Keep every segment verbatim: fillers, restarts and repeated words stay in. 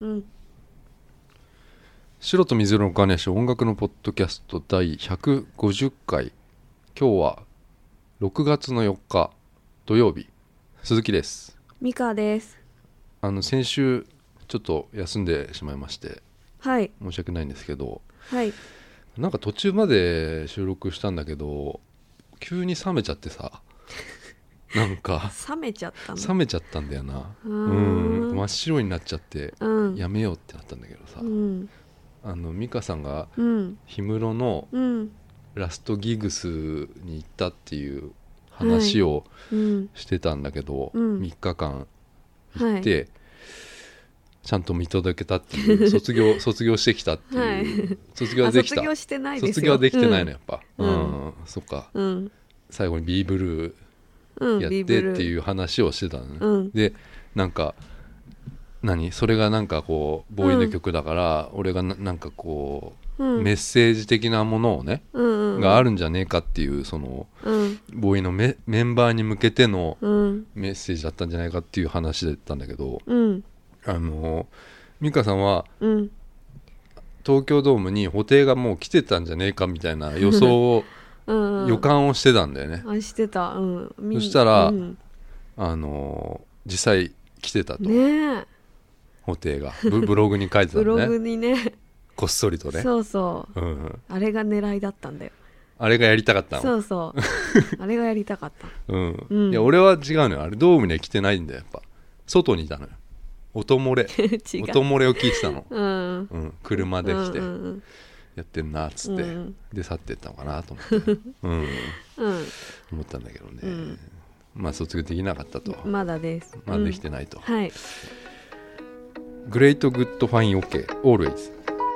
うん、 白と水色のガネーシュ音楽のポッドキャストだいひゃくごじゅっかい。今日はろくがつのよっか土曜日。鈴木です。 ミカです。 あの先週ちょっと休んでしまいまして、 はい、 申し訳ないんですけど、 はい、 なんか途中まで収録したんだけど急に冷めちゃってさなんか冷めちゃったの冷めちゃったんだよな。 うーうんん真っ白になっちゃって、 うん、 やめようってなったんだけどさ、 うん、 あの美香さんがうん氷室のうんラストギグスに行ったっていう話をうんしてたんだけど、 うんみっかかん行って、 はい、 ちゃんと見届けたっていう卒業卒業してきたっていう、はい、卒業できた。 卒業してないですよ。 卒業できてないのやっぱ、 うんうんうん、そっか、 うん、 最後に B ブルーやってっていう話をしてたのね、 うん、 でなんか何それがなんかこうボーイの曲だから、うん、俺が な, なんかこう、うん、メッセージ的なものをね、うんうんうん、があるんじゃねえかっていうその、うん、ボーイの メ, メンバーに向けてのメッセージだったんじゃないかっていう話だったんだけど、うん、あの美香さんは、うん、東京ドームに布袋がもう来てたんじゃねえかみたいな予想をうん、うん、予感をしてたんだよね。 あしてた、うん、 そしたら、うん、あの実際来てたと、 ね、 布袋が ブ, ブログに書いてたのね。 ブログにね、 こっそりとね。 そうそう、うん、あれが狙いだったんだよ。 あれがやりたかったの。 そうそうあれがやりたかった、 うんうん、いや俺は違うのよ。あれドームには来てないんだよ。やっぱ外にいたのよ。音漏れ音漏れを聞いてたの、うんうん、車で来て、うんうんうん、やってんなっつって、うん、で去ってったのかなと思って、うんうん、思ったんだけどね、うん、まあ卒業できなかったと。 まだです。 まだできてないと、 うん、はい。 Great, good, fine, okay, always.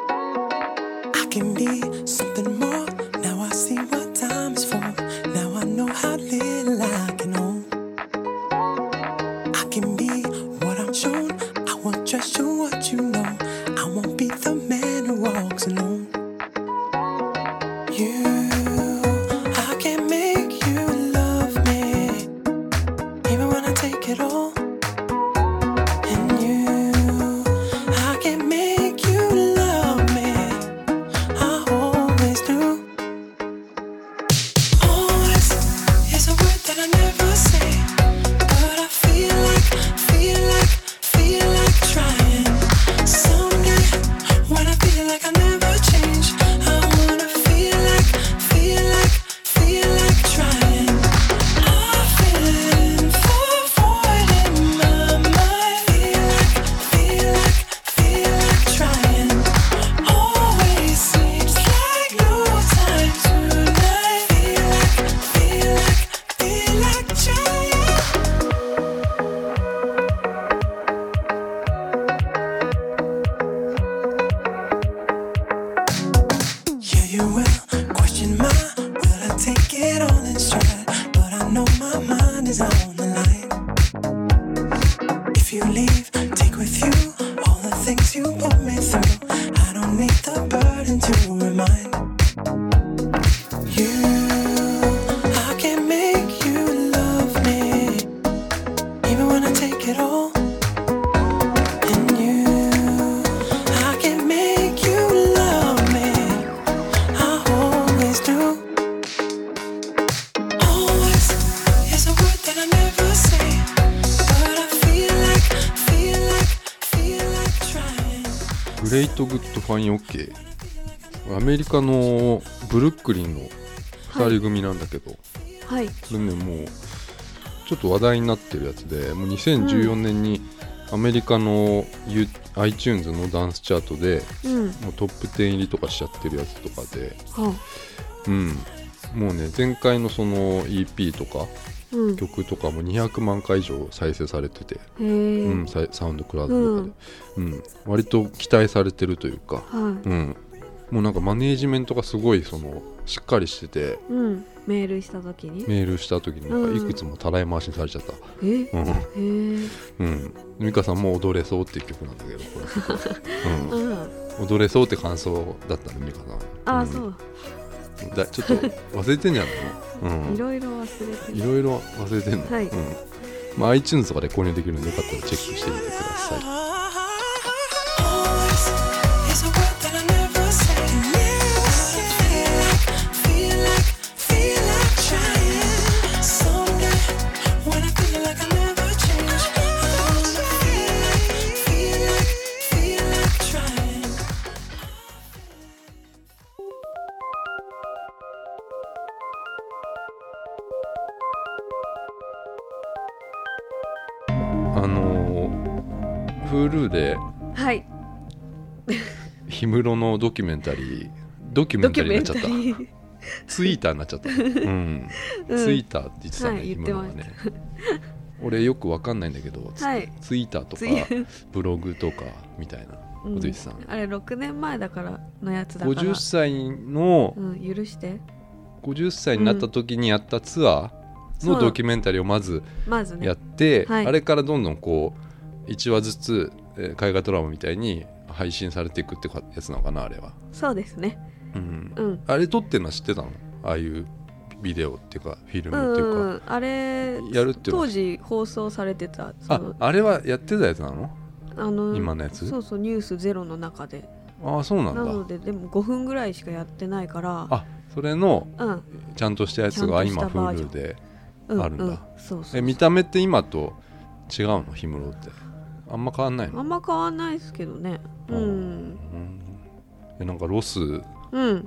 I can be something more. Now I see what time is for. Now I know how little I can hold. I can be what I'm shown. I will trust you what you know. I won't be the man who walks alone. You, I can make you love me, even when I take it all. And you, I can make you love me. I always do. Always is a word that I never say, but I feel like, feel like, feel like trying. Someday when I feel like I never change, I wanna feel like, feel like, feel like trying. I'm feeling for void in my mind. Feel like, feel like, feel like trying. Always seems like no time tonight. Feel like, feel like, feel like trying. Yeah, you will question my will. I take it all in stride, but I know my mind is on the line. If you leave, take with you all the things you put me through. I don't need the burden to remind you. I can make you love me, even when I take it all. And you, I can make you love me. I always do. Always is a word that I never say, but I feel like, feel like, feel like trying. Great, good, fine, okay。アメリカのブルックリンのふたり組なんだけど、 はい、 これねもうちょっと話題になってるやつで、もうにせんじゅうよねんにアメリカの iTunes のダンスチャートで、うん、もうトップじゅう入りとかしちゃってるやつとかで、はあ、うん、もうね前回のその イーピー とか、うん、曲とかもにひゃくまんかい以上再生されてて、うん、サウンドクラウドとかで、うんうん、割と期待されてるというか、はい、うん、もうなんかマネージメントがすごいそのしっかりしてて、 うん、メールした時にメールした時になんかいくつもたらい回しにされちゃった、うん、え、うん、へえ、うん、美香さんも踊れそうっていう曲なんだけどこれ、うんうん、踊れそうって感想だったね美香さん。 あ、 うん、 そうだちょっと忘れてんじゃないの、うん、 いろいろ忘れてるいろいろ忘れてんの、はい、うん、まあ、iTunes とかで購入できるのでよかったらチェックしてみてください。 Hulu ではい氷室のドキュメンタリードキュメンタリーになっちゃったツイーターになっちゃった、うん、 うん、 ツイーターって言ってたね、 はい、言ってました、 ね、俺よくわかんないんだけど、 はい、 ツイーターとかブログとかみたいなこと言ってた、うん、 あれろくねんまえだからのやつだからごじゅっさいの、 うん、許してごじゅっさいになった時にやったツアーのドキュメンタリーをまずやって、ねはい、あれからどんどんこういちわずつ、えー、海外ドラマみたいに配信されていくってやつなのかなあれは。 そうですね、 うんうん、あれ撮ってるのは知ってたの？ああいうビデオっていうかフィルムっていうか、 うんうん、あれやるっていうの当時放送されてたああれはやってたやつなの？ あの今のやつ？ そうそうニュースゼロの中で。 ああそうなんだ。 なのででもごふんぐらいしかやってないからあそれの、うん、ちゃんとしたやつが今 Hulu であるんだ、うんうん、そうそうそう。え見た目って今と違うの？氷室ってあんま変わんないの？ あんま変わんないですけどね。うん、うん、 えなんかロス、うん、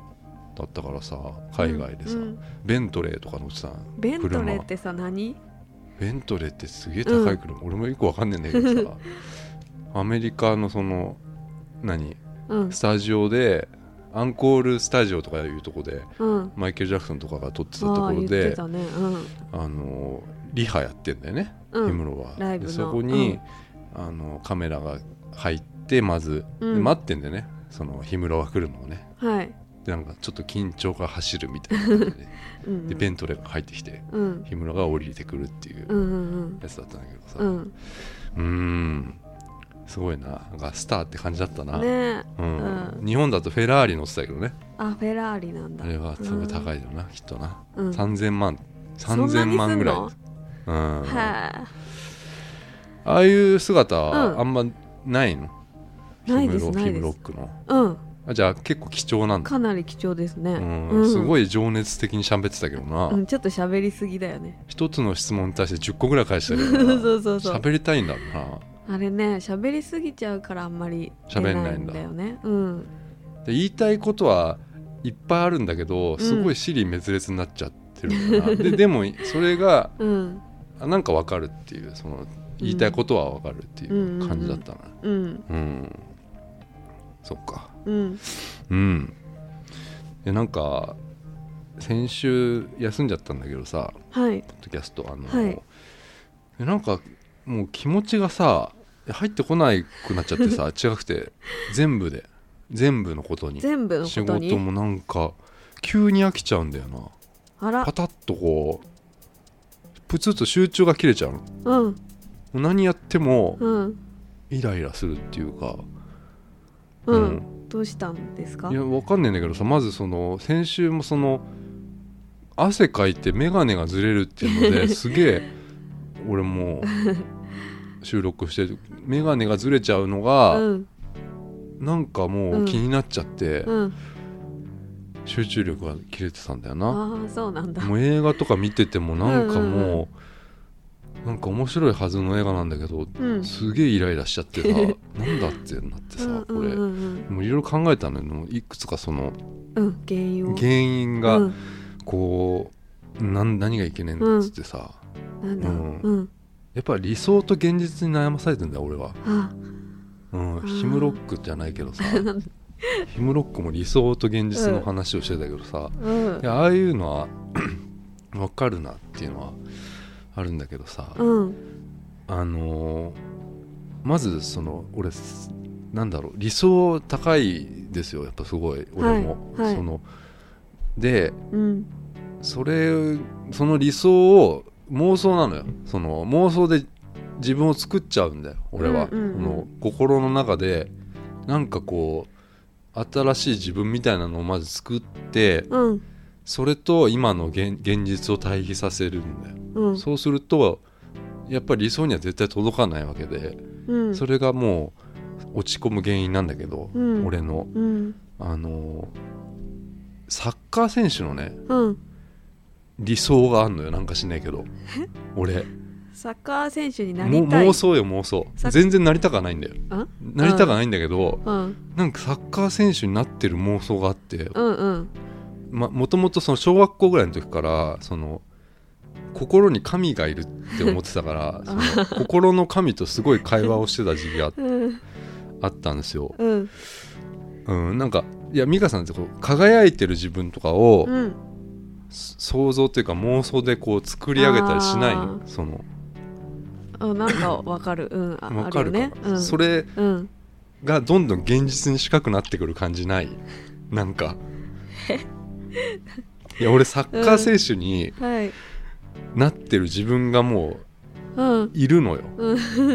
だったからさ海外でさ、うんうん、ベントレーとか乗ってさベントレーってさ何？ ベントレーってすげえ高い車、うん、俺もよくわかんねえんだけどさアメリカのその何、うん、スタジオでアンコールスタジオとかいうとこで、うん、マイケル・ジャクソンとかが撮ってたところで あ,、ねうん、あのリハやってんだよね、氷室は。ライブのでそこに、うん、あのカメラが入ってまず、うん、待ってんだよねその氷室が来るのをね、はい、でなんかちょっと緊張が走るみたいな感じでうん、うん、でベントレーが入ってきて、うん、氷室が降りてくるっていうやつだったんだけどさ、うん、うーんすごいな、なんかスターって感じだったな、ねうんうん、日本だとフェラーリ乗ってたけどね。 あフェラーリなんだ。 あれはすごい高いよな、うん、きっとな、うん、さんぜんまんさんぜんまんぐらい、うん、はあああいう姿はあんまないの？ うん、ないですないです。ヒムロックの、うん、あじゃあ結構貴重なんだ。 かなり貴重ですね、 うんうん、すごい情熱的に喋ってたけどな、 うん、ちょっと喋りすぎだよね。 一つの質問に対してじゅっこぐらい返したけどなそうそうそう喋りたいんだろうな。 あれね喋りすぎちゃうからあんまり出ないんだよね。うん、 で言いたいことはいっぱいあるんだけどすごい支離滅裂になっちゃってるんだな、うん、で, でもそれが、うん、なんか分かるっていうその言いたいことは分かるっていう感じだったな。うん、うんうん、そっかうん、うん、でなんか先週休んじゃったんだけどさ、はい、ポッドキャストあの、はい、でなんかもう気持ちがさ入ってこなくなっちゃってさ違くて全部で全部のことに全部のことに仕事もなんか急に飽きちゃうんだよな。 あらパタッとこうプツッと集中が切れちゃうの、うん、何やってもイライラするっていうか、 うんうん、どうしたんですか？ いやわかんないんだけどさまずその先週もその汗かいて眼鏡がずれるっていうのですげえ俺も収録して眼鏡がずれちゃうのが、うん、なんかもう気になっちゃって、うん、集中力が切れてたんだよな。 あそうなんだ。 もう映画とか見ててもなんかもう、うんうんうん、なんか面白いはずの映画なんだけど、うん、すげえイライラしちゃってさなんだってなってさ、うんうんうん、これもういろいろ考えたのよ。いくつかその、 うん、原因を原因がこう、うん、な何がいけねえんだっつってさ、うん、なんだ、うんうんやっぱり理想と現実に悩まされてんだよ俺は。ああ、うん、ヒムロックじゃないけどさヒムロックも理想と現実の話をしてたけどさ、うん、いやああいうのは分かるなっていうのはあるんだけどさ、うん、あのー、まずその俺なんだろう理想高いですよやっぱすごい俺も、はいはい、そので、うん、それその理想を妄想なのよ。その妄想で自分を作っちゃうんだよ俺は、うんうんうん、この心の中でなんかこう新しい自分みたいなのをまず作って、うん、それと今の 現, 現実を対比させるんだよ、うん、そうするとやっぱり理想には絶対届かないわけで、うん、それがもう落ち込む原因なんだけど、うん、俺の、うん、あのサッカー選手のね、うん理想があんのよなんかしないけど俺サッカー選手になりたい妄想よ妄想全然なりたくはないんだよなりたくはないんだけど、うん、なんかサッカー選手になってる妄想があって、うんうんま、もともとその小学校ぐらいの時からその心に神がいるって思ってたからその心の神とすごい会話をしてた時期があって、うあったんですよ、 うんうん、なんかいや美香さんってこう輝いてる自分とかを、うん、想像というか妄想でこう作り上げたりしないの？そのあなんかわかる、うん、あわかるかな、 あるよね、うん、 それがどんどん現実に近くなってくる感じない？なんかいや俺サッカー選手になってる自分がもういるのよ、うん、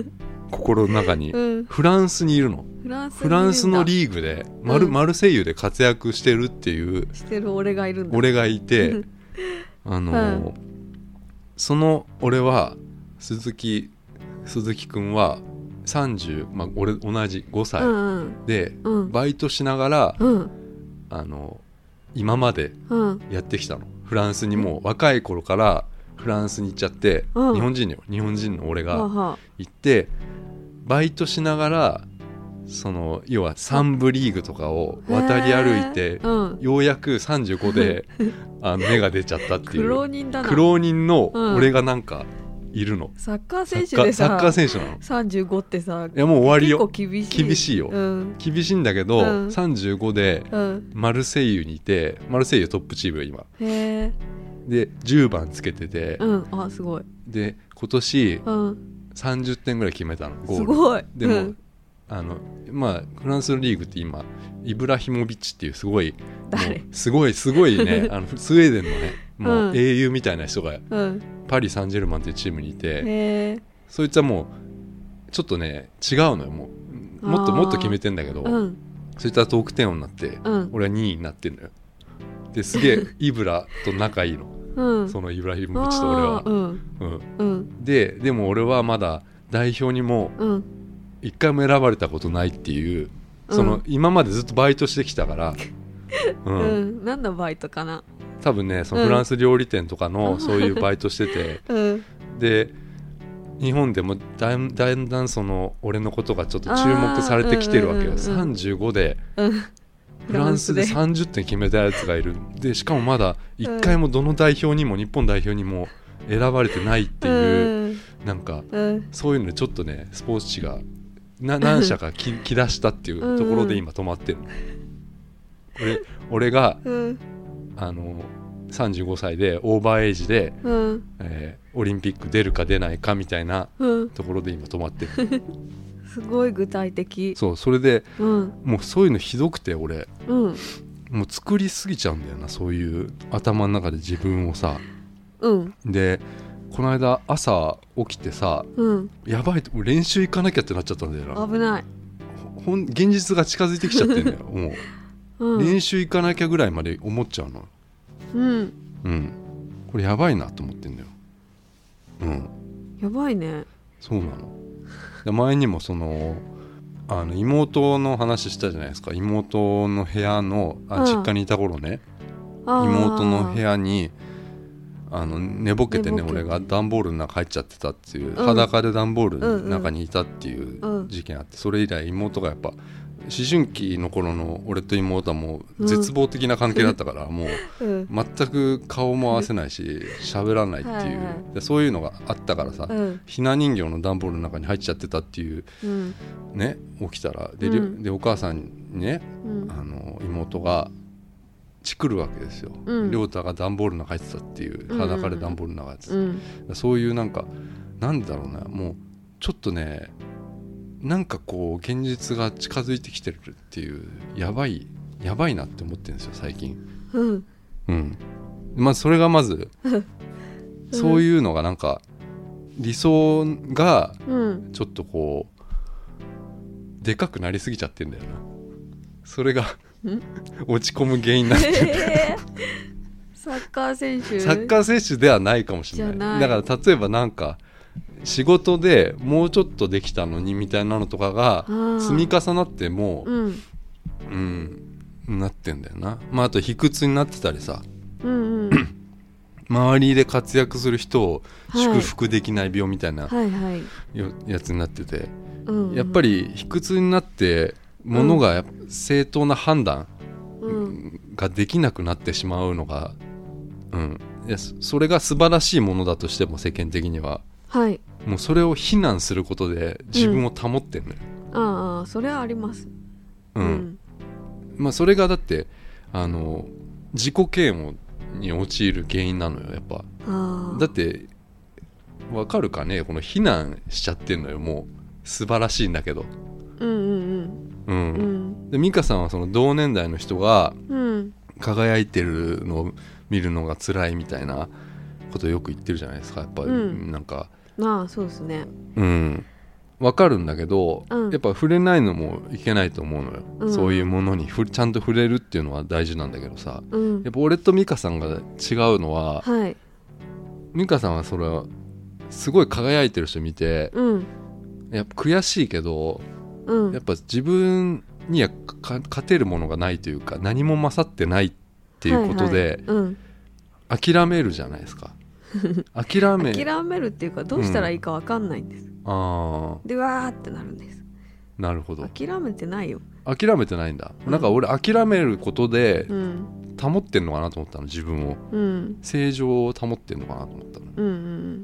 心の中に、うん、フランスにいるの。フランス、フランスのリーグでマル、うん、マルセイユで活躍してるっていうしてる俺がいるんだ。 俺がいてあの、うん、その俺は鈴木鈴木くんはさんじゅう、まあ、俺同じごさいで、うんうん、バイトしながら、うん、あの今までやってきたの、うん、フランスにもう若い頃からフランスに行っちゃって、うん、日本人よ日本人の俺が行ってバイトしながらその要はさん部リーグとかを渡り歩いて、うん、ようやくさんじゅうごであの芽が出ちゃったっていう苦労人だな。苦労人の俺がなんかいるの、うん、 サッカー選手でさサッカー選手なのさんじゅうごってさいやもう終わりよ。 結構厳しい厳しいよ、うん、厳しいんだけど、うん、さんじゅうごでマルセイユにいてマルセイユトップチームよ今。へでじゅうばんつけてて、うん、 あすごい。 で今年、うん、さんじゅってんぐらい決めたのゴール。 すごい。 でも、うんあのまあ、フランスのリーグって今イブラヒモビッチっていうすごいすごいすごいねあのスウェーデンのねもう英雄みたいな人が、うん、パリ・サンジェルマンっていうチームにいて、そいつはもうちょっとね違うのよ。もうもっともっと決めてんだけど、うん、そいつは得点王になって、うん、俺はにいになってんのよ。ですげえイブラと仲いいの、うん、そのイブラヒモビッチと俺は、うんうん、ででも俺はまだ代表にも、うん一回も選ばれたことないっていう、うん、その今までずっとバイトしてきたから、 うんうん、何のバイトかな。 多分ねそのフランス料理店とかのそういうバイトしてて、うん、で日本でもだんだんだんその俺のことがちょっと注目されてきてるわけよ、うんうんうん、さんじゅうごで、うん、フランスでさんじゅってん決めたやつがいる。でしかもまだいっかいもどの代表にも日本代表にも選ばれてないっていう、うん、なんか、うん、そういうのでちょっとねスポーツ紙がな何社かき出したっていうところで今止まってるの、うん、俺, 俺が、うん、あのさんじゅうごさいでオーバーエイジで、うんえー、オリンピック出るか出ないかみたいなところで今止まってる、 うん、すごい具体的。 そうそれで、うん、もうそういうのひどくて俺、うん、もう作りすぎちゃうんだよなそういう頭の中で自分をさ、うん、でこの間朝起きてさ、うん、やばい練習行かなきゃってなっちゃったんだよな。 危ない。 ほん現実が近づいてきちゃってんだよもう、うん、練習行かなきゃぐらいまで思っちゃうの。うんうんこれやばいなと思ってんだよ。うんやばいね。 そうなの。で前にもそのあの妹の話したじゃないですか。妹の部屋のあ実家にいた頃ね、妹の部屋にあの寝ぼけてね俺が段ボールの中入っちゃってたっていう、うん、裸で段ボールの中にいたっていう事件あって、それ以来妹がやっぱ思春期の頃の俺と妹はもう絶望的な関係だったから、うん、もう全く顔も合わせないし喋らないっていう、はいはい、でそういうのがあったからさ、うん、ひな人形の段ボールの中に入っちゃってたっていう、うん、ね起きたら で,、うん、でお母さんにね、うん、あの妹がチクるわけですよ、うん、亮太が段ボールの中入ってたっていう裸で段ボールの中入ってた、うんうん、そういうなんかなんだろうなもうちょっとねなんかこう現実が近づいてきてるっていうやばいやばいなって思ってるんですよ最近。うん、うん、まあそれがまずそういうのがなんか理想がちょっとこうでかくなりすぎちゃってんだよな。それが落ち込む原因になってる、えー、 サッカー選手サッカー選手ではないかもしれない。ないだから例えばなんか仕事でもうちょっとできたのにみたいなのとかが積み重なってもう、うんうん、なってんだよな。まああと卑屈になってたりさ、うんうん、周りで活躍する人を祝福できない病みたいなやつになってて、はいはいはい、やっぱり卑屈になってものが正当な判断ができなくなってしまうのが、うん、いやそれが素晴らしいものだとしても世間的には、はい、もうそれを非難することで自分を保ってるのよ、うああそれはあります。 うん、うん、まあそれがだってあの自己嫌悪に陥る原因なのよやっぱ。あだってわかるかね、この非難しちゃってんのよもう素晴らしいんだけど。 うんうんうんうん、 うん、で美香さんはその同年代の人が輝いてるのを見るのが辛いみたいなことをよく言ってるじゃないですかやっぱり、うん、なんかああそうですね。 うんわかるんだけど、うん、やっぱ触れないのもいけないと思うのよ、うん、そういうものにふちゃんと触れるっていうのは大事なんだけどさ、うん、やっぱ俺と美香さんが違うのは、はい、美香さんはそれはすごい輝いてる人見て、うん、やっぱ悔しいけど、うん、やっぱ自分には勝てるものがないというか何も勝ってないっていうことで、はいはいうん、諦めるじゃないですか。諦め諦めるっていうかどうしたらいいか分かんないんです、うん、あでわーってなるんです。 なるほど。 諦めてないよ。 諦めてないんだ、うん、なんか俺諦めることで保ってんのかなと思ったの自分を、うん、正常を保ってんのかなと思ったの、うんうん、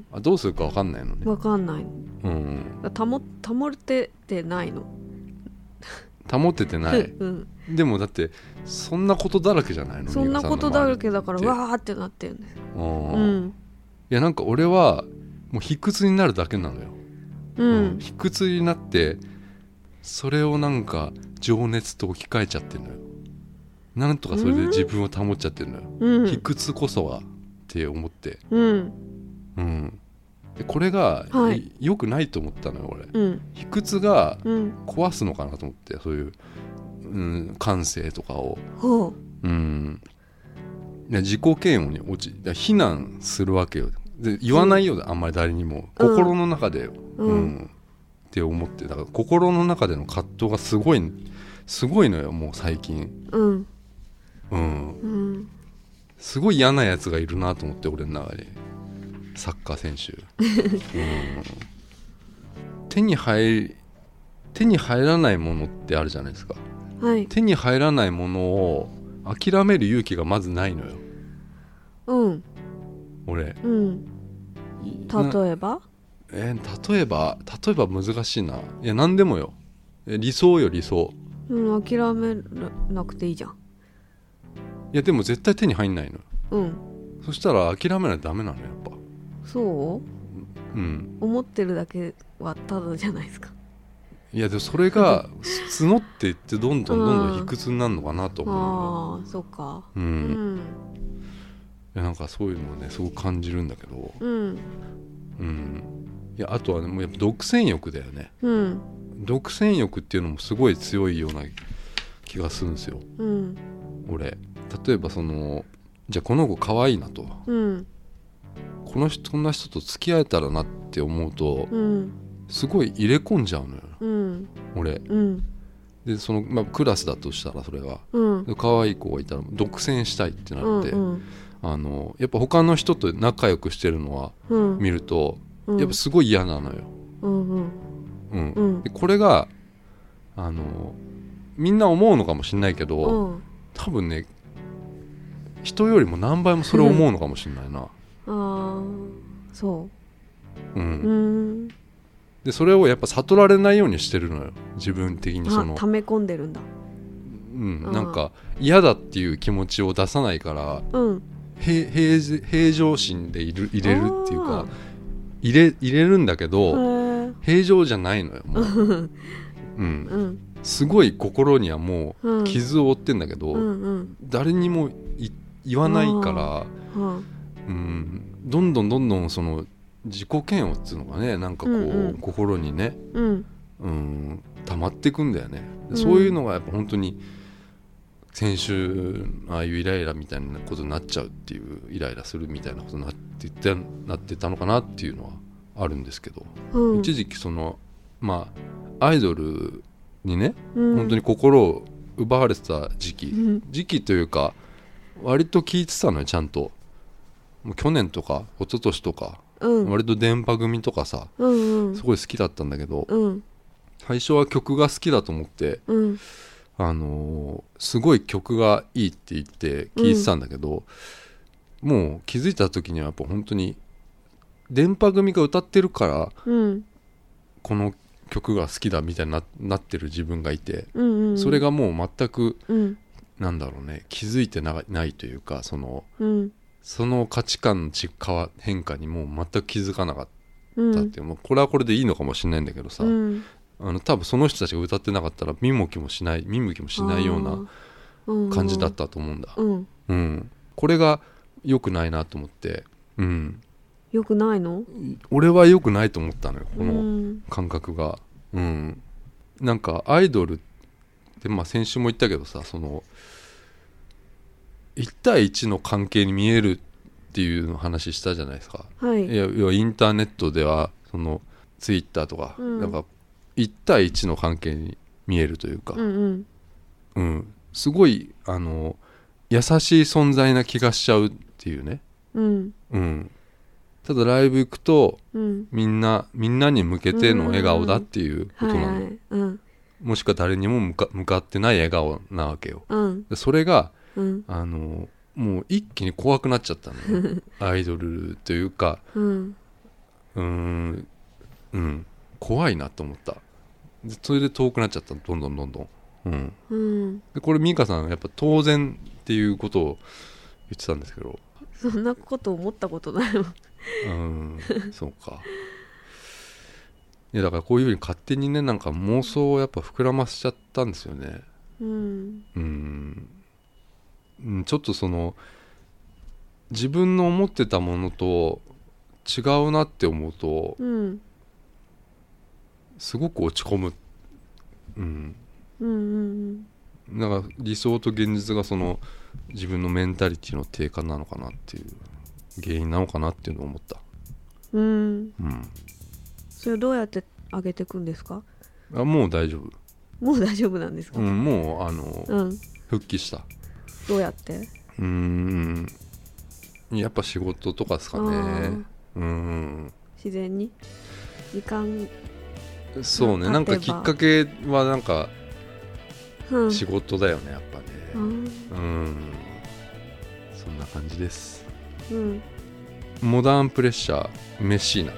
あどうするか分かんないのね。 分かんない、うん、保, 保ててないの。 保ててない、うん、でもだってそんなことだらけじゃないの。 そんなことだらけだからわーってなってるんですよ、うん、 いやなんか俺はもう卑屈になるだけなのよ、うんうん、卑屈になってそれをなんか情熱と置き換えちゃってるのよ。なんとかそれで自分を保っちゃってるのよ、うん、卑屈こそはって思って、うんうん、でこれが、はい、良くないと思ったのよ俺、うん、卑屈が壊すのかなと思ってそういう、うん、感性とかを、うん、いや自己嫌悪に落ち非難するわけよ。で言わないようで、うん、あんまり誰にも心の中で、うんうん、って思ってだから心の中での葛藤がすごいすごいのよもう最近、うんうんうん、すごい嫌なやつがいるなと思って俺の中でサッカー選手、うん、手に入手に入らないものってあるじゃないですか、はい、手に入らないものを諦める勇気がまずないのよ、うん、俺、うん、 例えばえー、例えば例えば難しいな。いや何でもよ理想よ理想、 うん、諦めなくていいじゃん。 いやでも絶対手に入んないのよ、うん、そしたら諦めないとダメなのよやっぱ。 そう、うん、思ってるだけはただじゃないですか。 いやでもそれが募っていってどんどんどんどん卑屈になるのかなと思う、うん、 ああそうか、 うんうん、いやなんかそういうのをねすごく感じるんだけど、うんうん、いやあとはねもうやっぱ独占欲だよね、うん、独占欲っていうのもすごい強いような気がするんですよ、うん、俺例えばそのじゃあこの子可愛いなと、うん、この人こんな人と付き合えたらなって思うと、うん、すごい入れ込んじゃうのよ、うん、俺、うん、でその、まあ、クラスだとしたらそれが、うん、可愛い子がいたら独占したいってなって、うんうん、あのやっぱ他の人と仲良くしてるのは、うん、見ると、うん、やっぱすごい嫌なのよ、うんうんうんうん、でこれがあのみんな思うのかもしれないけど、うん、多分ね人よりも何倍もそれを思うのかもしれないな、うん、あそう、うん、うんでそれをやっぱ悟られないようにしてるのよ自分的に。その溜め込んでるんだ、 うん、なんか嫌だっていう気持ちを出さないから、うん、平, 平, 平常心でいる入れるっていうか入 れ, 入れるんだけど平常じゃないのよもう、うんうん、すごい心にはもう傷を負ってんだけど、うんうんうん、誰にも言わないから、うん、どんどんどんどんその自己嫌悪っていうのがねなんかこう、うんうん、心にね、うんうん、溜まっていくんだよね、うん、そういうのがやっぱ本当に先週ああいうイライラみたいなことになっちゃうっていうイライラするみたいなことになっていってなってたのかなっていうのはあるんですけど、うん、一時期そのまあアイドルにね、うん、本当に心を奪われてた時期、うん、時期というか割と聞いてたのよちゃんと。もう去年とか一昨年とか、うん、割と電波組とかさ、うんうん、すごい好きだったんだけど、うん、最初は曲が好きだと思って、うん、あのー、すごい曲がいいって言って聞いてたんだけど、うん、もう気づいた時にはやっぱ本当に電波組が歌ってるから、うん、この曲が好きだみたいに な, なってる自分がいて、 うんうんうん、 それがもう全く、 うん、 なんだろうね、気づいて な, ないというか、その、 うん、 その価値観の変化にもう全く気づかなかったっていう、うん、もうこれはこれでいいのかもしれないんだけどさ、うん、あの多分その人たちが歌ってなかったら見向きもしない見向きもしないような感じだったと思うんだ、 うんうん、これが良くないなと思って、うん、 良くないの？ 俺は良くないと思ったのよ、この感覚が、うん、なんかアイドルって、まあ、先週も言ったけどさ、そのいち対いちの関係に見えるっていうの話したじゃないですか、 はい、 いや要はインターネットではそのツイッターとか、うん、なんかいち対いちの関係に見えるというか、 うんうんうん、すごいあの優しい存在な気がしちゃうっていうね、 うんうん、ただライブ行くと、 うん、 みんなみんなに向けての笑顔だっていうことなの、 はいはい、うん、 もしくは誰にも向 か, 向かってない笑顔なわけよ、 うん、 でそれが、 うん、 あのもう一気に怖くなっちゃったのよアイドルというか、 うん、 うーん、うん、怖いなと思った。でそれで遠くなっちゃった、どんどんどんどん、うんうん、 でこれミカさんやっぱ当然っていうことを言ってたんですけど、 そんなこと思ったことないもんうんそうか。いやだからこういうふうに勝手にね、なんか妄想をやっぱ膨らませちゃったんですよね。 うんうんちょっとその自分の思ってたものと違うなって思うと、 うん、 すごく落ち込む、うんうんうんうん、なんか理想と現実がその自分のメンタリティの低下なのかなっていう原因なのかなっていうのを思った。 うん、 うん、 それどうやって上げていくんですか？ あもう大丈夫。 もう大丈夫なんですか？ うん、もうあの、うん、復帰した。 どうやって？ うーんやっぱ仕事とかですかね。うん自然に時間そうね、なんかきっかけはなんか仕事だよね、やっぱね、うん、うん、そんな感じです、 うん、 モダンプレッシャーメッシーナ。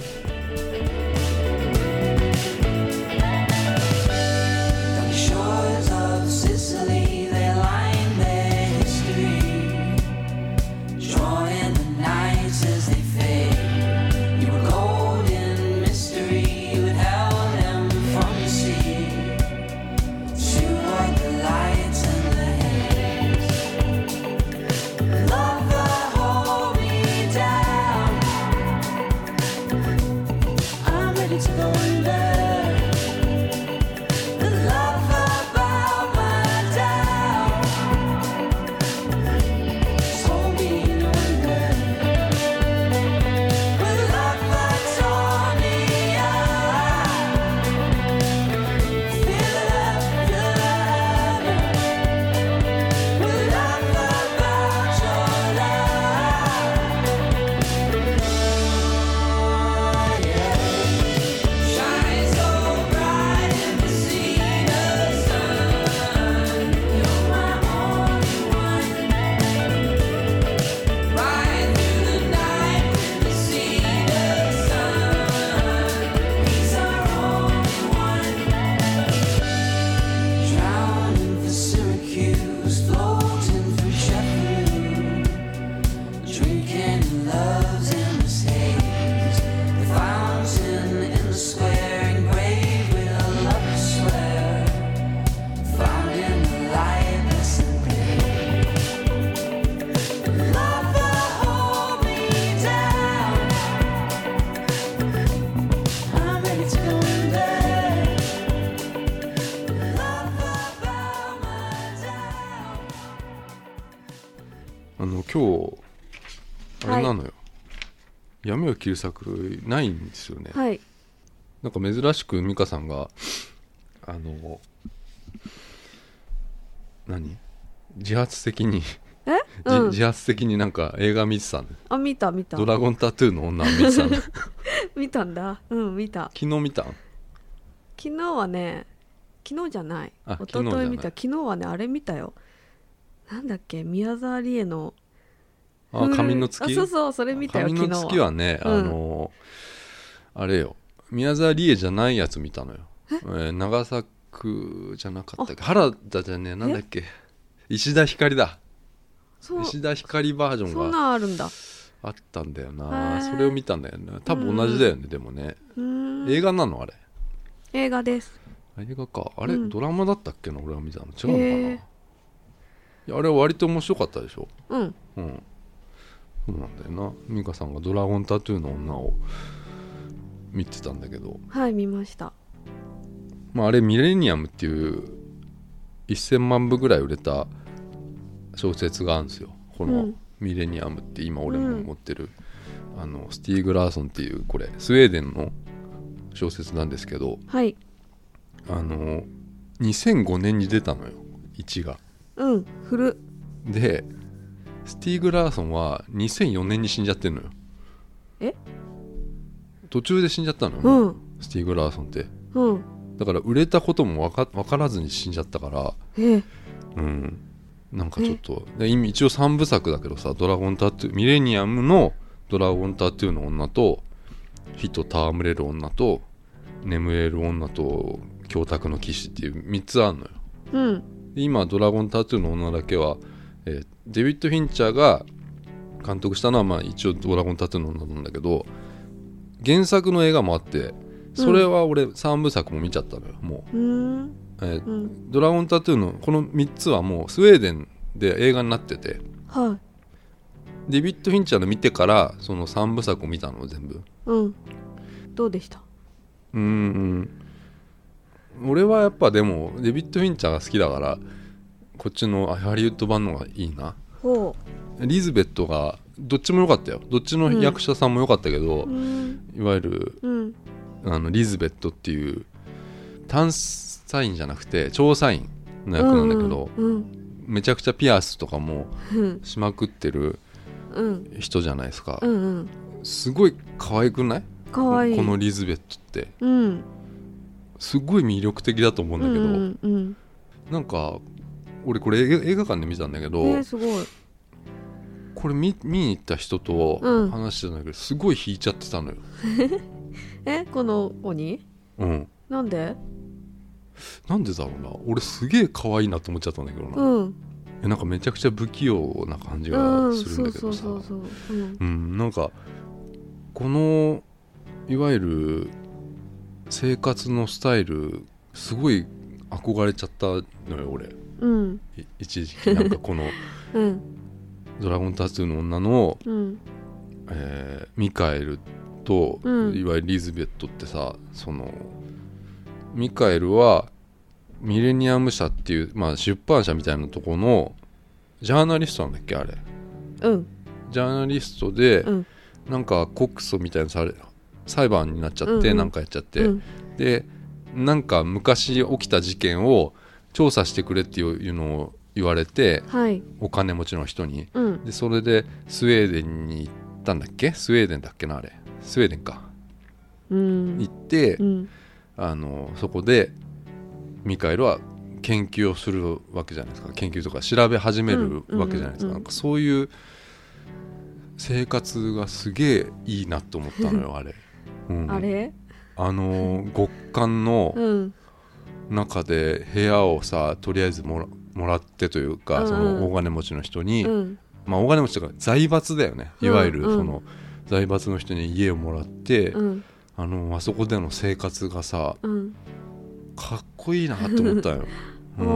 あの今日あれなのよ、はい、闇を切る作ないんですよね、 はい、 なんか珍しく美香さんがあの何自発的にえ、うん、 自発的になんか映画見てたの。 あ見た見た。 ドラゴンタトゥーの女を見てたの見たんだ。うん見た。 昨日見たん？ 昨日はね昨日じゃない一昨日見た。昨日はねあれ見たよ。なんだっけ宮沢りえのあ紙の月。 あそうそうそれ見たよ。 紙の月はね、 昨日はあの、うん、あれよ宮沢りえじゃないやつ見たのよ。えー、長作じゃなかったっけ、原田じゃねえ、なんだっけ、石田ひかりだ。石田ひかりバージョンがそんなんあるんだ、 あったんだよな。それを見たんだよね。多分同じだよね、うん、でもね。映画なのあれ。 映画です。 映画か。あれ、うん、ドラマだったっけな、俺が見たの。違うのかな。いや、あれは割と面白かったでしょ。 うん。 うん。そうなんだよな。美香さんがドラゴンタトゥーの女を見てたんだけど。 はい、見ました。 まあ、あれミレニアムっていうせんまんぶぐらい売れた小説があるんですよ。このミレニアムって今俺も持ってる、うん、あのスティーグ・ラーソンっていうこれスウェーデンの小説なんですけど、 はい、 あのにせんごねんに出たのよ、いちが。 うん古でスティーグ・ラーソンはにせんよねんに死んじゃってんのよ。 え途中で死んじゃったのよ、 うん、 スティーグ・ラーソンって、 うん、 だから売れたことも分 か, 分からずに死んじゃったから、 えうん、なんかちょっとで一応さんぶさくだけどさ、ドラゴンタトゥーミレニアムのドラゴンタトゥーの女と火と戯れる女と眠れる女と教託の騎士っていうみっつあるのよ、 うん、 で今ドラゴンタトゥーの女だけは、えー、デビッド・フィンチャーが監督したのはまあ一応ドラゴンタトゥーの女なんだけど、原作の映画もあってそれは俺さんぶさくも見ちゃったのよもう、うんえーうん、ドラゴンタトゥーのこのみっつはもうスウェーデンで映画になってて、 はい、 デビッド・フィンチャーの見てからそのさんぶさくを見たの全部。 うん、どうでした？ うーん、俺はやっぱでもデビッド・フィンチャーが好きだからこっちのハリウッド版のがいいな。 ほうリズベットがどっちも良かったよ。どっちの役者さんも良かったけど、うん、いわゆる、うん、あのリズベットっていう探査員じゃなくて調査員の役なんだけど、うんうん、めちゃくちゃピアスとかもしまくってる人じゃないですか、 うんうん、 すごい可愛くない？ 可愛い。 このリズベットって、 うん、 すごい魅力的だと思うんだけど、うんうんうん、なんか俺これ映画館で見たんだけど、 えー、すごい。 これ 見, 見に行った人と話してたんだけど、うん、すごい引いちゃってたのよえこの子に？ うん。 なんで？ なんでだろうな。俺すげえ可愛いなと思っちゃったんだけどな、うん、えなんかめちゃくちゃ不器用な感じがするんだけどさ、なんかこのいわゆる生活のスタイルすごい憧れちゃったのよ俺、 うん、 一時期なんかこの、うん、ドラゴンタトゥーの女の、うんえー、ミカエルと、うん、いわゆるリズベットってさ、そのミカエルはミレニアム社っていう、まあ、出版社みたいなところのジャーナリストなんだっけあれ、 うん、 ジャーナリストで、うん、なんか告訴みたいなされ裁判になっちゃって、うんうん、なんかやっちゃって、うん、でなんか昔起きた事件を調査してくれっていうのを言われて、 はい、 お金持ちの人に、 うん、 でそれでスウェーデンに行ったんだっけ、スウェーデンだっけなあれ、スウェーデンか、 うん、 行って、 うん、 あのそこでミカエルは研究をするわけじゃないですか。研究とか調べ始めるわけじゃないですか、うんうんうん、なんかそういう生活がすげえいいなと思ったのよあれ、うん、 あれあの極寒の中で部屋をさとりあえずも ら, もらってというか、うん、その大金持ちの人に、うん、まあ大金持ちとか財閥だよね、いわゆるその財閥の人に家をもらって、うん、あのあそこでの生活がさ、 うん、 かっこいいなと思ったよ、うん、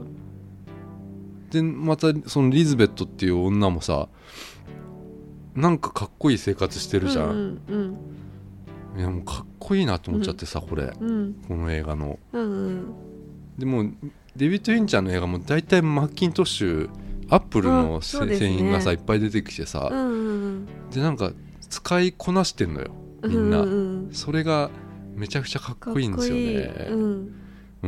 でまたそのリズベットっていう女もさなんかかっこいい生活してるじゃん、 うんうんうん、いやもうかっこいいなと思っちゃってさ、うん、これ、うん、この映画の、 うんうん、 でもデビッド・フィンチャーの映画もだいたいマッキントッシュアップルの製品がさ、いっぱい出てきてさ、 うんうん、 でなんか使いこなしてんのよみんな、 うんうん、 それがめちゃくちゃかっこいいんですよね。 かっこいい、うん、 うん、うん、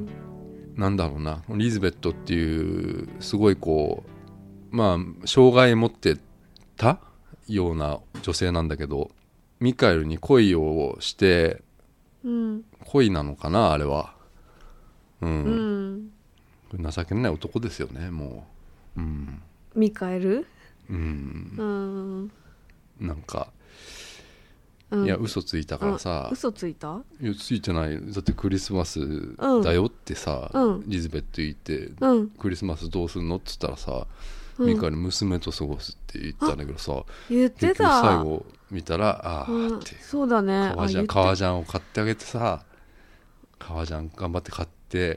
なんだろうな、リズベットっていうすごいこうまあ障害持ってたような女性なんだけど、ミカエルに恋をして、 うん、 恋なのかなあれは、うんうん、 情けない男ですよねもう、うん、 ミカエル、 うん、 うん、 なんかうん、 いや嘘ついたからさ、 嘘ついた？ いやついてない。だってクリスマスだよってさ、うん、リズベット言って、うん、クリスマスどうすんのって言ったらさ、うん、ミカに娘と過ごすって言ったんだけどさ、 言ってた。 最後見たらあーって、 うん、そうだね、 革ジャン革ジャンを買ってあげてさ、革ジャン頑張って買って、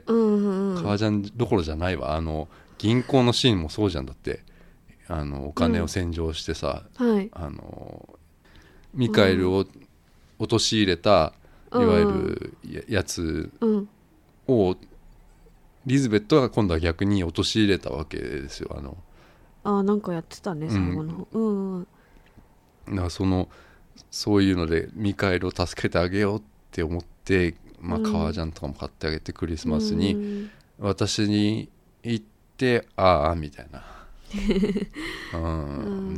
うんうんうん、 革ジャンどころじゃないわ、あの銀行のシーンもそうじゃん。だってあのお金を洗浄してさ、 うんはい、 あのミカエルを陥れた、うん、いわゆる や, やつを、うん、リズベットが今度は逆に陥れたわけですよ。あのあなんかやってたね最後の、うんうん、 だからそのそういうのでミカエルを助けてあげようって思って、まあ、革ジャンとかも買ってあげて、クリスマスに、うん、私に行ってああみたいなうん、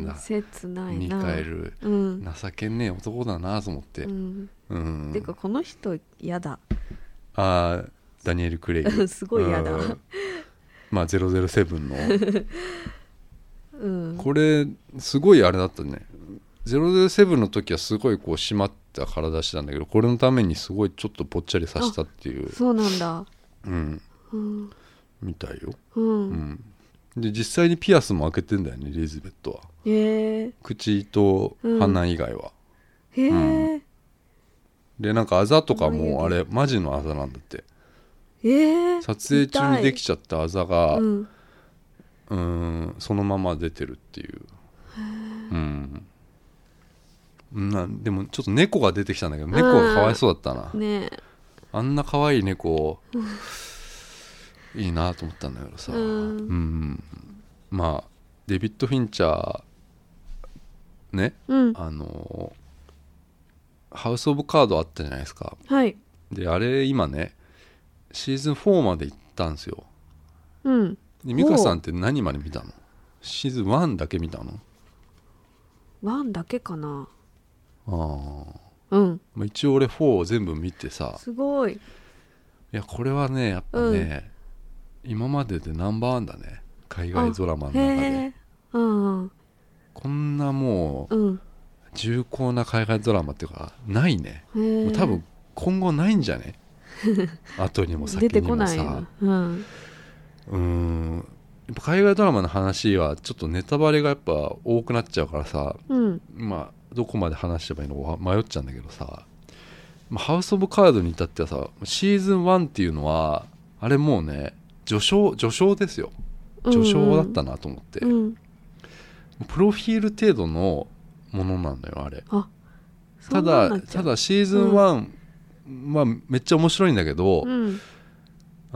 うん、切ないな。 ミカエル、うん、情けねえ男だなと思って、うんうん、 てかこの人嫌だ。 あダニエル・クレイグすごい嫌だ、うん、 まあゼロゼロセブンの、うん、これすごいあれだったね。ゼロゼロセブンの時はすごいこう締まった体してたんだけど、これのためにすごいちょっとぽっちゃりさせたっていう。 そうなんだ、 うんうん、みたいよ、うんうん、で実際にピアスも開けてんだよねリズベットは。 へえ。 口と鼻以外は、 うん、へえ、うん、 でなんかあざとかもあれマジのあざなんだって。 えー、 撮影中にできちゃったあざが、うん、うーんそのまま出てるっていう、うんなでもちょっと猫が出てきたんだけど、猫がかわいそうだったな、 ね、 あんなかわいい猫いいなと思ったんだけどさ、うん、うん、まあデビッド・フィンチャーね、うん、あのハウス・オブ・カードあったじゃないですか、 はい、であれ今ねシーズンフォーまで行ったんですよ、 うん、 で美香さんって何まで見たの？シーズンワンだけ見たの？ ワンだけかな。 ああ、うん、 まあ、一応俺フォーを全部見てさ、 すごい。いやこれはねやっぱね、うん、今まででナンバーワンだね海外ドラマの中で、 うんうん、 こんなもう、うん、重厚な海外ドラマっていうかないね。もう多分今後ないんじゃね後にも先にもさ出てこないよ、うん、うーんやっぱ海外ドラマの話はちょっとネタバレがやっぱ多くなっちゃうからさ、うん、まあどこまで話せばいいのか迷っちゃうんだけどさ、まあ、ハウス・オブ・カードに至ってはさシーズンワンっていうのはあれもうね序章序章ですよ。序章だったなと思って、うんうん、プロフィール程度のものなんだよあれ。 あただただシーズンワン、うん、まあめっちゃ面白いんだけど、うんうん、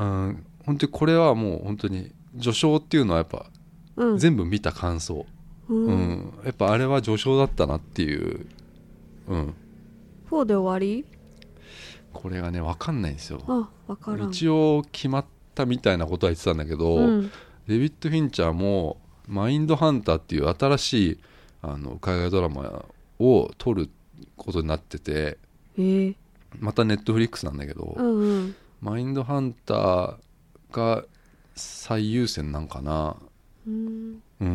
本当にこれはもう本当に序章っていうのはやっぱ、うん、全部見た感想、うんうん、やっぱあれは序章だったなっていう、うん、 フォーで終わり？ これがね分かんないんですよ。 あ分からん。 一応決まったみたいなことは言ってたんだけど、うん、デビッド・フィンチャーもマインドハンターっていう新しいあの海外ドラマを撮ることになってて、 えー、 またネットフリックスなんだけど、うんうん、マインドハンターが最優先なんかな、うんうん、うん、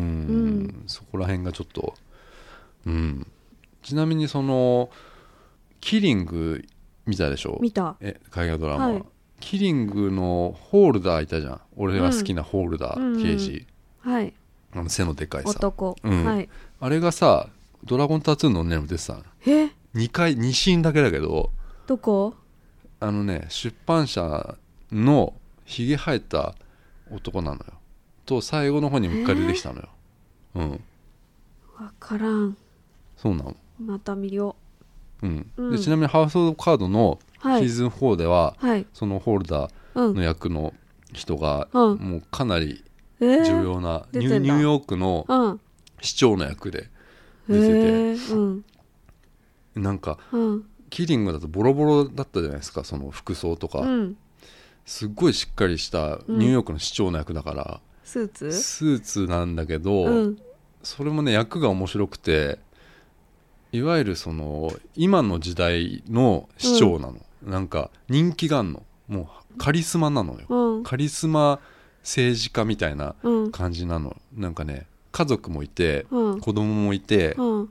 そこら辺がちょっと、うん、ちなみにそのキリング見たでしょ？ 見た。 え海外ドラマ、 はい、 キリングのホールダーいたじゃん。俺が好きなホールダー、うん、刑事、 うんうん、はい、 あの背のでかいさ男、 うんはい、 あれがさドラゴンタトゥーの女にも出てたの。 えにかいにシーンだけだけど、 どこ？ あのね出版社のひげ生えた男なのよと最後の方にもう一回出てきたのよ、うん、 分からん。 そうなの。 また見よう、うんうん、でちなみにハウス・オブ・カードのシーズンフォーでは、はい、そのホルダーの役の人が、うん、もうかなり重要な、えー、ニュ, ニューヨークの市長の役で出てて、えーうん、なんか、うん、キリングだとボロボロだったじゃないですかその服装とか、うん、すっごいしっかりしたニューヨークの市長の役だから、うん、 スーツスーツなんだけど、うん、それもね役が面白くていわゆるその今の時代の市長なの、うん、なんか人気があんのもうカリスマなのよ、うん、カリスマ政治家みたいな感じなの、うん、なんかね家族もいて、うん、子供もいて、うん、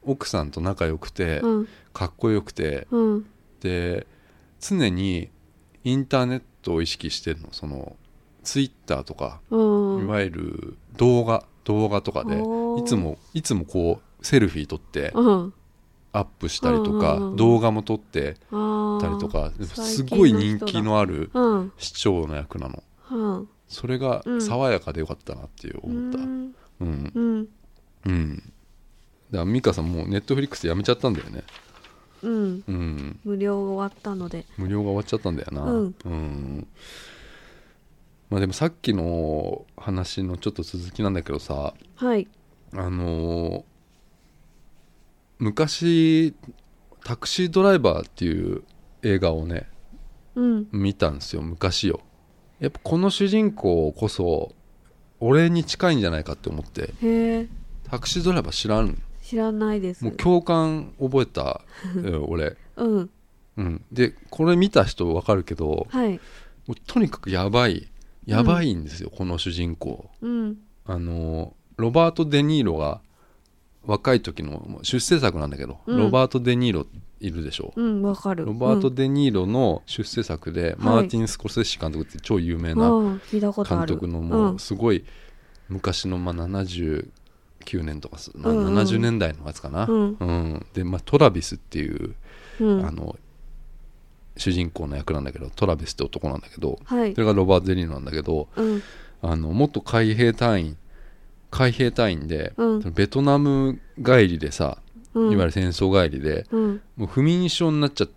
奥さんと仲良くて、 うん、 かっこよくて、 うん、 で常にインターネットを意識してるの。そのツイッターとか、 うん、 いわゆる動画動画とかでいつもいつもこうセルフィー撮って、うん、アップしたりとか、うんうんうん、動画も撮ってたりとか、すごい人気のある市長の役なの、うん、それが爽やかでよかったなっていう思った。うんうんうんうん、だから美香さんもうネットフリックスやめちゃったんだよね。 うん、うん、無料が終わったので。 無料が終わっちゃったんだよな、うんうん、まあでもさっきの話のちょっと続きなんだけどさ、 はい、 あのー、昔タクシードライバーっていう映画をね、うん、見たんですよ昔よ。やっぱこの主人公こそ俺に近いんじゃないかって思って。 へー、 タクシードライバー知らん？ 知らないです。 もう共感覚えた俺、 うんうん、でこれ見た人分かるけど、 はい、 もうとにかくやばいやばいんですよ、うん、この主人公、 うん、 あのロバート・デ・ニーロが若い時の出世作なんだけど、うん、ロバート・デ・ニーロいるでしょ、 うん、分かる。 ロバート・デ・ニーロの出世作で、うん、マーティン・スコセッシ監督って超有名な監督のもうすごい昔のまあななじゅうきゅうねんとか、うんうん、ななじゅうねんだいのやつかな、うんうん、で、まあ、トラビスっていう、うん、あの主人公の役なんだけど、トラビスって男なんだけど、はい、それがロバート・デ・ニーロなんだけど、うん、あの元海兵隊員海兵隊員で、うん、ベトナム帰りでさ、うん、いわゆる戦争帰りで、うん、もう不眠症になっちゃって、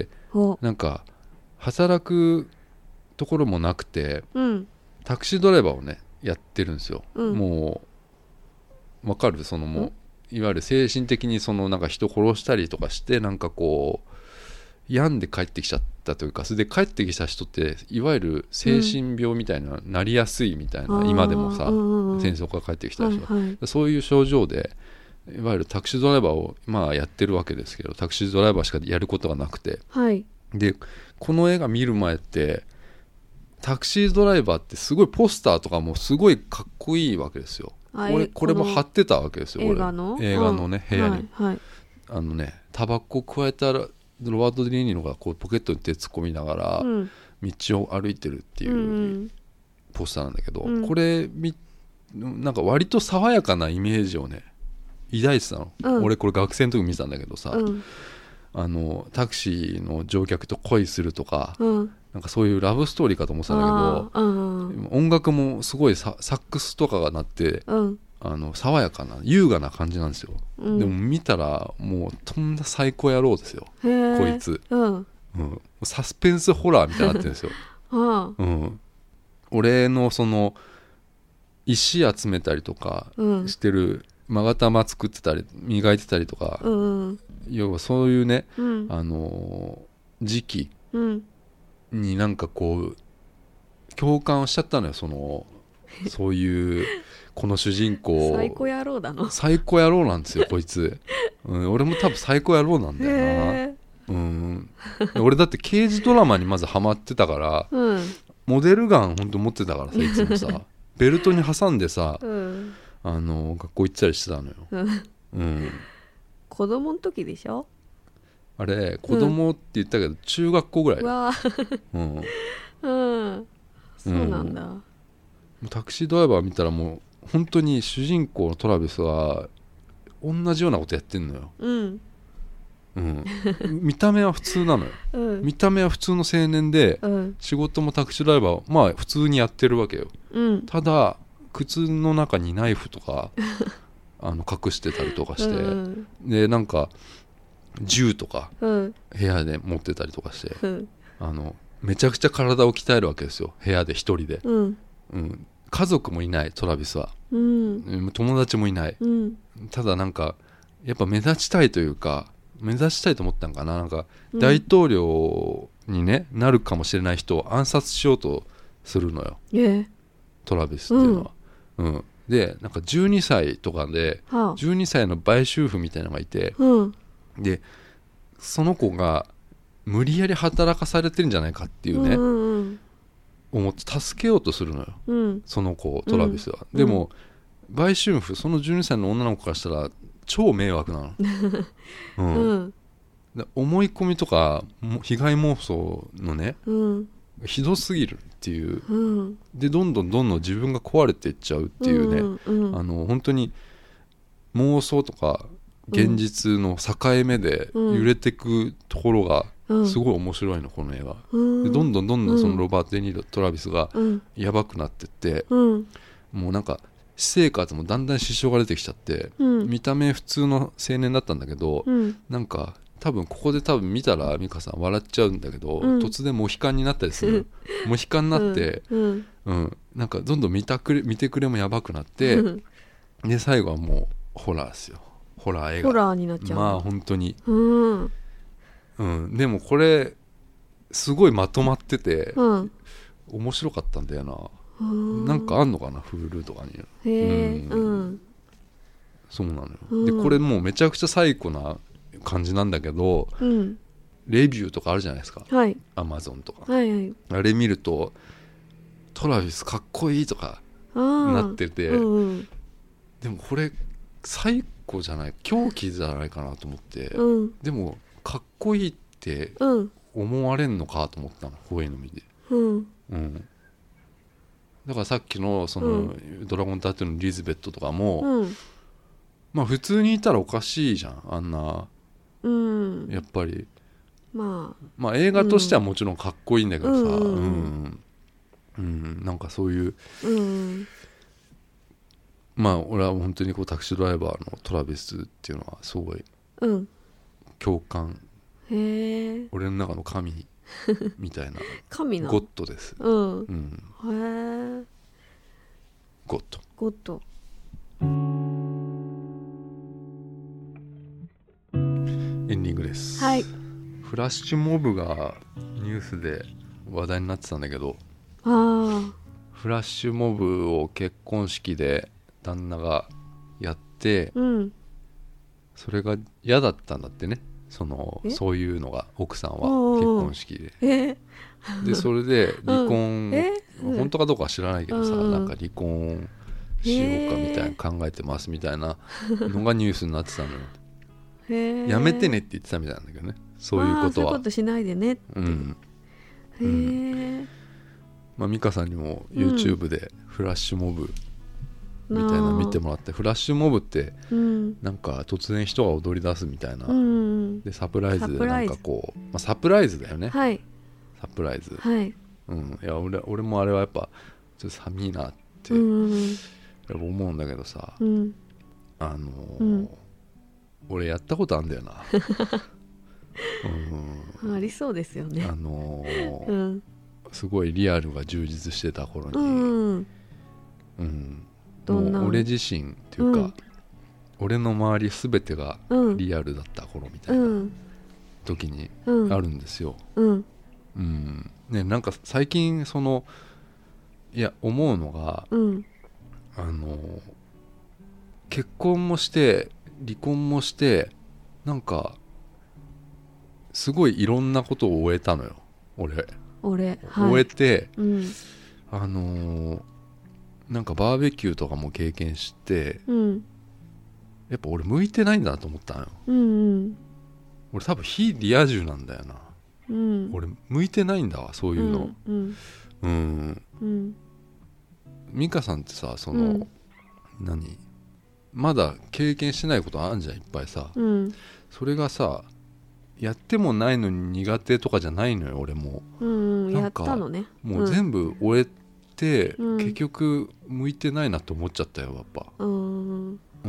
なんか働くところもなくて、うん、タクシードライバーをねやってるんですよ、うん、もうわかる？そのもういわゆる精神的にそのなんか人殺したりとかしてなんかこう病んで帰ってきちゃったというか、それで帰ってきた人っていわゆる精神病みたいな、なりやすいみたいな、今でもさ戦争から帰ってきた人、はいはい、そういう症状でいわゆるタクシードライバーをまあやってるわけですけど、タクシードライバーしかやることがなくて、 はい、 でこの映画見る前ってタクシードライバーってすごいポスターとかもすごいかっこいいわけですよ。俺これも貼ってたわけですよ。 映画の映画のね、うん、部屋に、 はいはい、 あのねタバコ加えたらロバート・デ・ニーロがこうポケットに手突っ込みながら道を歩いてるっていうポスターなんだけど、うん、これなんか割と爽やかなイメージをね抱いてたの、うん、俺これ学生の時見てたんだけどさ、うん、あのタクシーの乗客と恋するとか、うん、なんかそういうラブストーリーかと思ってたんだけど、うん、音楽もすごい サ, サックスとかが鳴って、うん、あの爽やかな優雅な感じなんですよ、うん、でも見たらもうとんだ最高野郎ですよこいつ、うんうん、サスペンスホラーみたいになってるんですよ、うん、俺のその石集めたりとかしてる、うん、勾玉作ってたり磨いてたりとか、うん、要はそういうね、うん、あの時期になんかこう共感をしちゃったのよ。そのそういうこの主人公最高野郎だな。 最高野郎なんですよこいつ、うん、俺も多分最高野郎なんだよな、うん、俺だって刑事ドラマにまずハマってたから、うん、モデルガン本当持ってたからさ、いつもさベルトに挟んでさ、うん、あの学校行ってたりしてたのよ、うん、 子供の時でしょあれ。子供って言ったけど、うん、中学校ぐらい。 わうん、うん、そうなんだ、 うん、タクシードライバー見たらもう本当に主人公のトラビスは同じようなことやってんのよ、うんうん、見た目は普通なのよ、うん、見た目は普通の青年で、うん、仕事もタクシードライバーまあ普通にやってるわけよ、うん、ただ靴の中にナイフとかあの隠してたりとかして、うん、でなんか銃とか部屋で持ってたりとかして、うん、あのめちゃくちゃ体を鍛えるわけですよ部屋で一人で、うんうん、家族もいないトラビスは、うん、友達もいない、うん、ただなんかやっぱ目立ちたいというか目指したいと思ったんかな。なんか大統領に、ねうん、なるかもしれない人を暗殺しようとするのよ、yeah. トラビスっていうのは、うんうん、でなんかじゅうにさいとかで、はあ、じゅうにさいの売春婦みたいなのがいて、うん、でその子が無理やり働かされてるんじゃないかっていうね、うんうん、思って助けようとするのよ、うん、その子トラビスは、うん、でも売春婦そのじゅうにさいの女の子からしたら超迷惑なの、うんうん、 で思い込みとか被害妄想のね、 うん、 ひどすぎるっていう、 うん、 でどんどんどんどん自分が壊れていっちゃうっていうね、うんうん、あの本当に妄想とか現実の境目で揺れてくところがすごい面白いの、この映画、うん、でどんどんどんどんそのロバート・デ・ニーロ、トラビスがやばくなってって、うん、もうなんか私生活もだんだん支障が出てきちゃって、うん、見た目普通の青年だったんだけど、うん、なんか多分ここで多分見たら美香さん笑っちゃうんだけど、うん、突然モヒカンになったりするモヒカンになって、うんうん、なんかどんどん見たくれ見てくれもやばくなって、うん、で最後はもうホラーですよ。ホラー映画、 ホラーになっちゃう。 まあ本当に、 うんうん、でもこれすごいまとまってて、うん、面白かったんだよな。なんかあんのかな Hulu とかに。 へー、うん、 そうなのよ、うん、でこれもうめちゃくちゃ最高な感じなんだけど、うん、レビューとかあるじゃないですか、 はい、 Amazon とか、 はいはい、 あれ見るとトラビスかっこいいとかなってて、うんうん、でもこれ最高じゃない、狂気じゃないかなと思って、うん、でもかっこいいって思われんのかと思ったの、こういうの見て、うんうん、だからさっきのその、うん、ドラゴンタトゥーのリズベットとかも、うん、まあ普通にいたらおかしいじゃん、あんな、うん、やっぱり、まあ、まあ映画としてはもちろんかっこいいんだけどさ、うんうんうん、なんかそういう、うん、まあ俺は本当にこうタクシードライバーのトラビスっていうのはすごい共感、うん、へえ、俺の中の神みたいな神のゴッドです、うんうん、へえ、ゴッドゴッドエンディングです。 はい。 フラッシュモブがニュースで話題になってたんだけど、 あフラッシュモブを結婚式で旦那がやって、うん、それが嫌だったんだってね、そのそういうのが奥さんは結婚式で、 えでそれで離婚、うん、本当かどうかは知らないけどさ、うん、なんか離婚しようかみたいな考えてますみたいなのがニュースになってたのよ。へやめてねって言ってたみたいなんだけどね、そういうことはそういうことしないでねって、うん、へえ、うん、 まあ美香さんにも YouTube でフラッシュモブみたいなの見てもらって、うん、フラッシュモブってなんか突然人が踊り出すみたいな、うん、でサプライズでなんかこう、まあ、サプライズだよね、 はい、 サプライズ、 はい、 うん、いや 俺, 俺もあれはやっぱちょっと寒いなって思うんだけどさ、うん、あのーうん俺やったことあるんだよな、 うん、ありそうですよね、 あのーうん、すごいリアルが充実してた頃に、うんうん、もう俺自身っていうか、うん、俺の周り全てがリアルだった頃みたいな時にあるんですよ、うんうんね、なんか最近そのいや思うのが、うん、あのー、結婚もして離婚もしてなんかすごいいろんなことを終えたのよ俺俺、はい、 終えて、うん、あのー、なんかバーベキューとかも経験して、うん、やっぱ俺向いてないんだなと思ったのよ、うんうん、俺多分非リア充なんだよな、うん、俺向いてないんだわそういうの、うんうん、うん、美香さんってさその、うん、何まだ経験してないことあるじゃんいっぱいさ、うん、それがさやってもないのに苦手とかじゃないのよ俺も、 うん、なんかやったのねもう全部終えて、うん、結局向いてないなって思っちゃったよやっぱ、うんうんうん、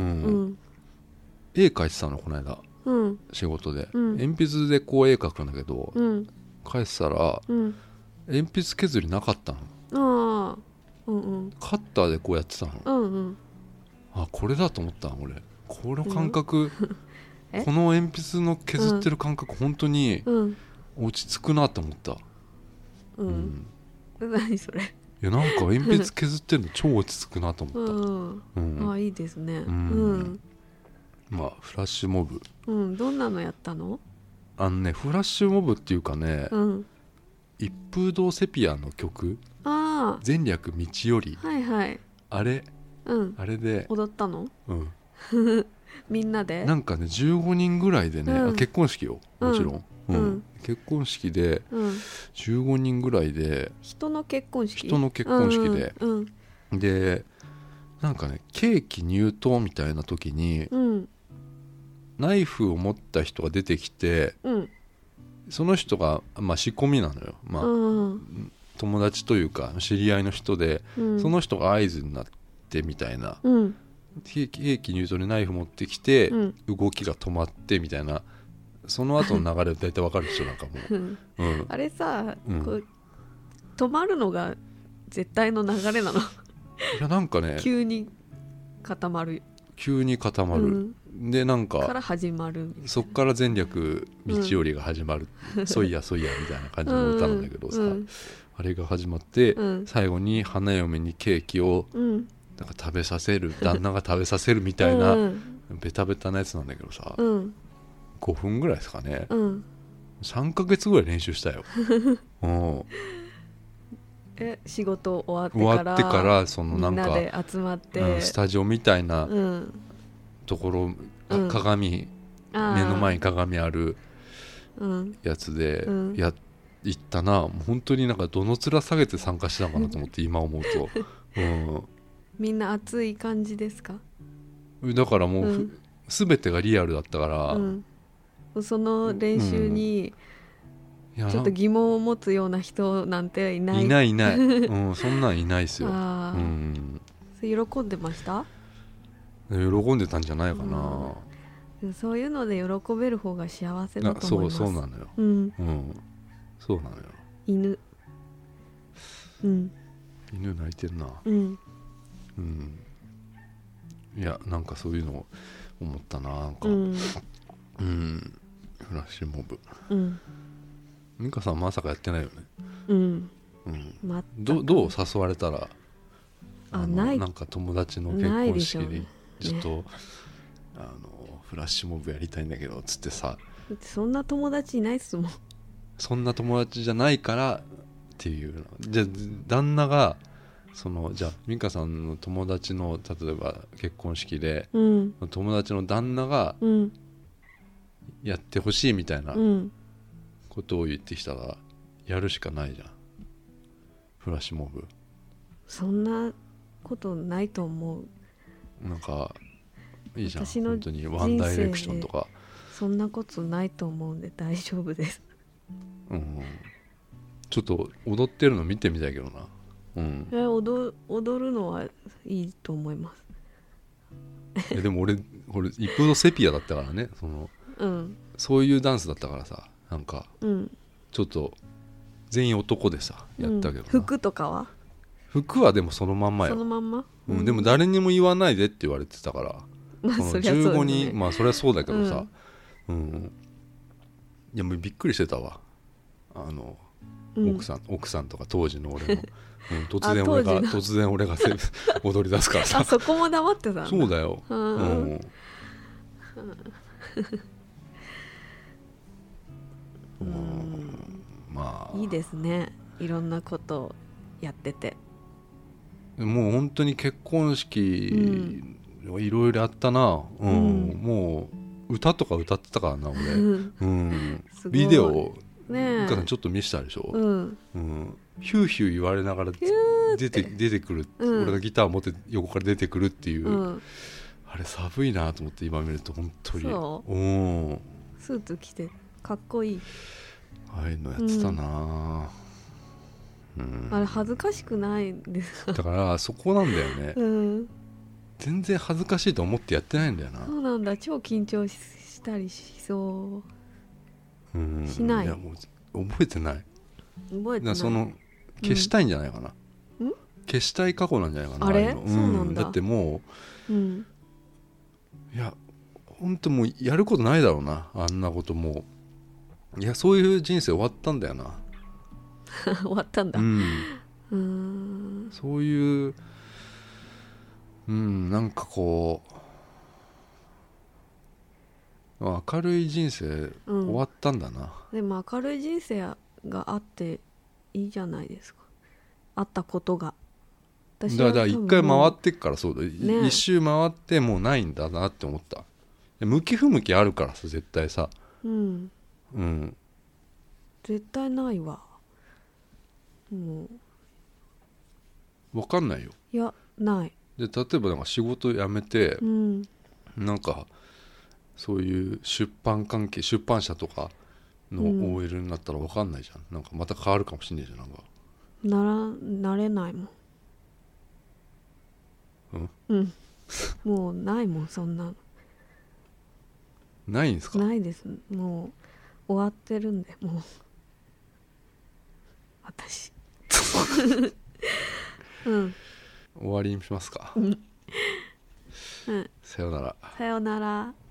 絵描いてたのこの間、うん、仕事で、うん、鉛筆でこう絵描くんだけど、うん、描いてたら、うん、鉛筆削りなかったの、あ、うんうん、カッターでこうやってたの、うんうん、あこれだと思った俺この感覚、うん、この鉛筆の削ってる感覚、うん、本当に落ち着くなと思った、 うんうん、何それ、いやなんか鉛筆削ってるの超落ち着くなと思った、うんうん、あいいですね、うんうん、まあフラッシュモブ、 うん、どんなのやったの？ あのねフラッシュモブっていうかね、うん、一風堂セピアの曲、あ前略道より、 はいはい、 あれうん、あれで踊ったの？ うんみんなでなんかねじゅうごにんぐらいでね、うん、結婚式よもちろん、うんうん、結婚式でじゅうごにんぐらいで、 人の結婚式人の結婚式で、 うんうん、 でなんかねケーキ入刀みたいな時に、うん、ナイフを持った人が出てきて、うん、その人が、まあ、仕込みなのよ、まあうん、友達というか知り合いの人で、うん、その人が合図になってみたいな、うん、ケーキ入刀でナイフ持ってきて、うん、動きが止まってみたいな、その後の流れ大体わかるでしょなんかもう、うんうん、 あれさ、うん、こう止まるのが絶対の流れなのいやなんかね急に固まる急に固まる、うん、でなんかから始まるそっから前略道よりが始まる、うん、そいやそいやみたいな感じの歌なんだけどさ、うん、あれが始まって、うん、最後に花嫁にケーキをなんか食べさせる、旦那が食べさせるみたいな、うん、ベタベタなやつなんだけどさ、うん、ごふんぐらいですかね、うん、さんかげつぐらい練習したようんえ仕事終わってから終わってからそのなんかみんなで集まって、 うん、スタジオみたいなところ、うん、鏡目の前に鏡あるやつで、うん、や行ったな、もう本当になんかどの面下げて参加したのかなと思って今思うと、うん、 みんな熱い感じですか？ だからもう、うん、全てがリアルだったから、うん、 その練習に、うん、ちょっと疑問を持つような人なんていないいないいない、うん、そんなんいないですよ、うん、 それ喜んでました？ 喜んでたんじゃないかな、 うん、そういうので喜べる方が幸せだと思います。 そうそうなのよ、うん、うん、そうなのよ。 犬、うん、 犬泣いてんな、うんうん、いやなんかそういうの思ったな、なんか、うんうん、フラッシュモブ、うん、美香さんまさかやってないよね、うんうん、ど, どう誘われたらあのないなんか友達の結婚式にちょっと、ね、あのフラッシュモブやりたいんだけどつってさ、 そんな友達いないっすもん。 そんな友達じゃないからっていうのじゃあ旦那がそのじゃあ美香さんの友達の例えば結婚式で、うん、友達の旦那がやってほしいみたいなことを言ってきたらやるしかないじゃん、フラッシュモブ。 そんなことないと思う。 なんかいいじゃん、本当にワンダイレクションとかそんなことないと思うんで大丈夫です、 うん、ちょっと踊ってるの見てみたいけどな、うん、 え 踊, 踊るのはいいと思いますえでも俺俺一風のセピアだったからね、その、うん、そういうダンスだったからさ、なんか、うん、ちょっと全員男でさやったけどな、 うん、服とかは服はでもそのまんまよ、 そのまんま、 うん、でも誰にも言わないでって言われてたから、まあ、そのじゅうごにん、まあそりゃそうだけどさ、うんうん、いやもうびっくりしてたわ、あの、うん、奥さん奥さんとか当時の俺の、うん、突然俺が突然俺が踊り出すからさあそこも黙ってたんだ。 そうだよ、うんうんうん、まあいいですね、いろんなことやってて。 もう本当に結婚式いろいろあったな、うんうん、もう歌とか歌ってたからな俺、うんうん、ビデオねちょっと見せたでしょ、うんうん、ヒューヒュー言われながら出て、出てくる、うん、俺がギター持って横から出てくるっていう、うん、あれ寒いなと思って今見ると本当にそう、うん、 スーツ着てかっこいい、 ああいうのやってたな、 うん、あれ恥ずかしくないんですか？ だからそこなんだよね、うん、全然恥ずかしいと思ってやってないんだよな。 そうなんだ、超緊張したりしそう、うん、しない。いやもう覚えてない、 覚えてない。 その消したいんじゃないかな、うん、消したい過去なんじゃないかな、 あれ、うん、そうなんだ。 だってもう、うん、いや本当もうやることないだろうな、あんなこともう、いやそういう人生終わったんだよな終わったんだ、うん、 うーん、そういう、うん、なんかこう明るい人生終わったんだな、 うん、でも明るい人生があっていいじゃないですか、あったことが。 私はだから一回回ってっから、そうだ、ね、一周回ってもうないんだなって思った。 向き不向きあるからさ絶対さ。 うんうん絶対ないわ。もう分かんないよ。 いやないで例えばなんか仕事辞めて、 うん、 なんかそういう出版関係出版社とかの オーエル になったら分かんないじゃん、うん、なんかまた変わるかもしんないじゃん。なんかならなれないもん。 うんうんもうないもんそんなの。 ないんですか？ ないです。もう終わってるんでもう私うん終わりにしますか。 うん、 さよなら。 さよなら。